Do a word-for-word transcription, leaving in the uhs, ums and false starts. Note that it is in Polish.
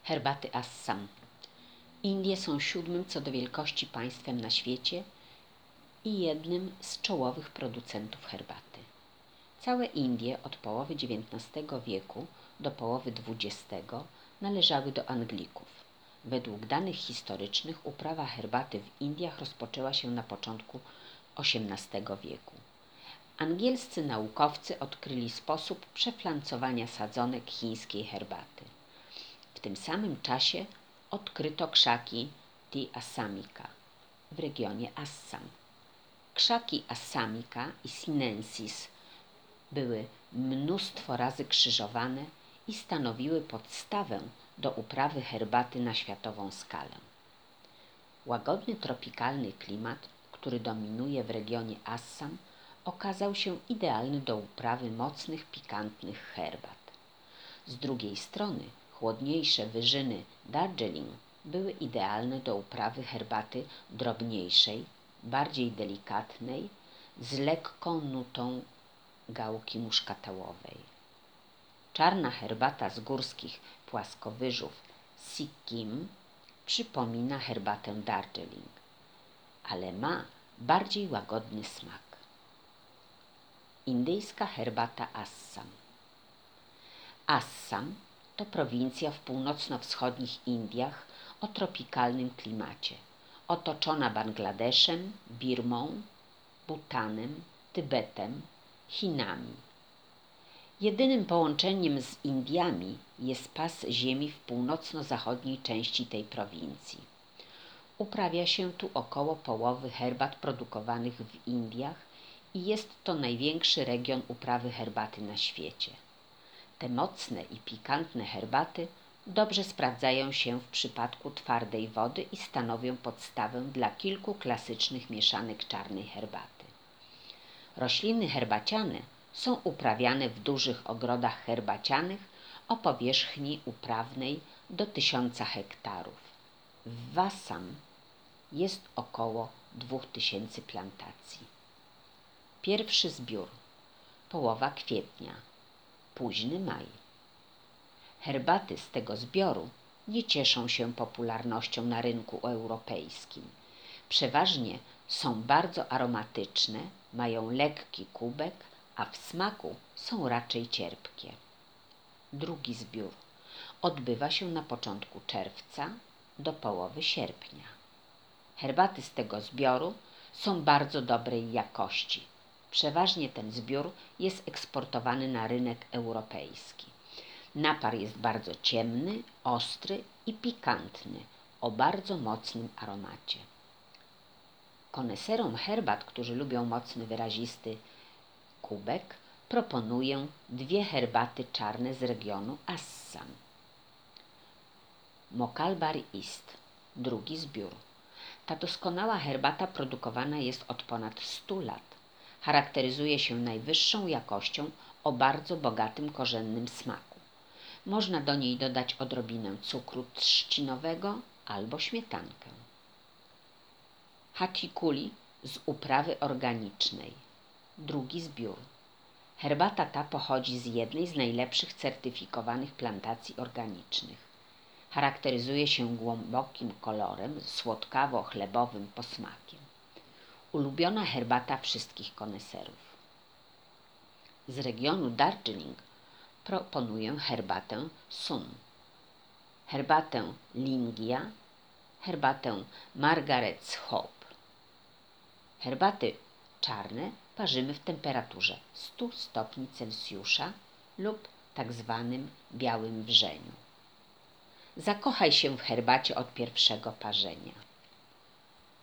Herbaty Assam. Indie są siódmym co do wielkości państwem na świecie i jednym z czołowych producentów herbaty. Całe Indie od połowy dziewiętnastego wieku do połowy dwudziestego należały do Anglików. Według danych historycznych uprawa herbaty w Indiach rozpoczęła się na początku osiemnastego wieku. Angielscy naukowcy odkryli sposób przeflancowania sadzonek chińskiej herbaty. W tym samym czasie odkryto krzaki Tea assamica w regionie Assam. Krzaki Assamica i Sinensis były mnóstwo razy krzyżowane i stanowiły podstawę do uprawy herbaty na światową skalę. Łagodny tropikalny klimat, który dominuje w regionie Assam, okazał się idealny do uprawy mocnych, pikantnych herbat. Z drugiej strony chłodniejsze wyżyny Darjeeling były idealne do uprawy herbaty drobniejszej, bardziej delikatnej, z lekką nutą gałki muszkatałowej. Czarna herbata z górskich płaskowyżów Sikkim przypomina herbatę Darjeeling, ale ma bardziej łagodny smak. Indyjska herbata Assam. Assam to prowincja w północno-wschodnich Indiach o tropikalnym klimacie, otoczona Bangladeszem, Birmą, Bhutanem, Tybetem, Chinami. Jedynym połączeniem z Indiami jest pas ziemi w północno-zachodniej części tej prowincji. Uprawia się tu około połowy herbat produkowanych w Indiach i jest to największy region uprawy herbaty na świecie. Te mocne i pikantne herbaty dobrze sprawdzają się w przypadku twardej wody i stanowią podstawę dla kilku klasycznych mieszanek czarnej herbaty. Rośliny herbaciane są uprawiane w dużych ogrodach herbacianych o powierzchni uprawnej do tysiąca hektarów. W Assam jest około dwóch tysięcy plantacji. Pierwszy zbiór. Połowa kwietnia. Późny maj. Herbaty z tego zbioru nie cieszą się popularnością na rynku europejskim. Przeważnie są bardzo aromatyczne, mają lekki kubek, a w smaku są raczej cierpkie. Drugi zbiór odbywa się na początku czerwca do połowy sierpnia. Herbaty z tego zbioru są bardzo dobrej jakości. Przeważnie ten zbiór jest eksportowany na rynek europejski. Napar jest bardzo ciemny, ostry i pikantny, o bardzo mocnym aromacie. Koneserom herbat, którzy lubią mocny, wyrazisty kubek, proponuję dwie herbaty czarne z regionu Assam. Mokalbar East, drugi zbiór. Ta doskonała herbata produkowana jest od ponad stu lat. Charakteryzuje się najwyższą jakością o bardzo bogatym korzennym smaku. Można do niej dodać odrobinę cukru trzcinowego albo śmietankę. Hatikuli z uprawy organicznej. Drugi zbiór. Herbata ta pochodzi z jednej z najlepszych certyfikowanych plantacji organicznych. Charakteryzuje się głębokim kolorem, słodkawo-chlebowym posmakiem. Ulubiona herbata wszystkich koneserów. Z regionu Darjeeling proponuję herbatę Sun, herbatę Lingia, herbatę Margaret's Hope. Herbaty czarne parzymy w temperaturze stu stopni Celsjusza lub tak zwanym białym wrzeniu. Zakochaj się w herbacie od pierwszego parzenia.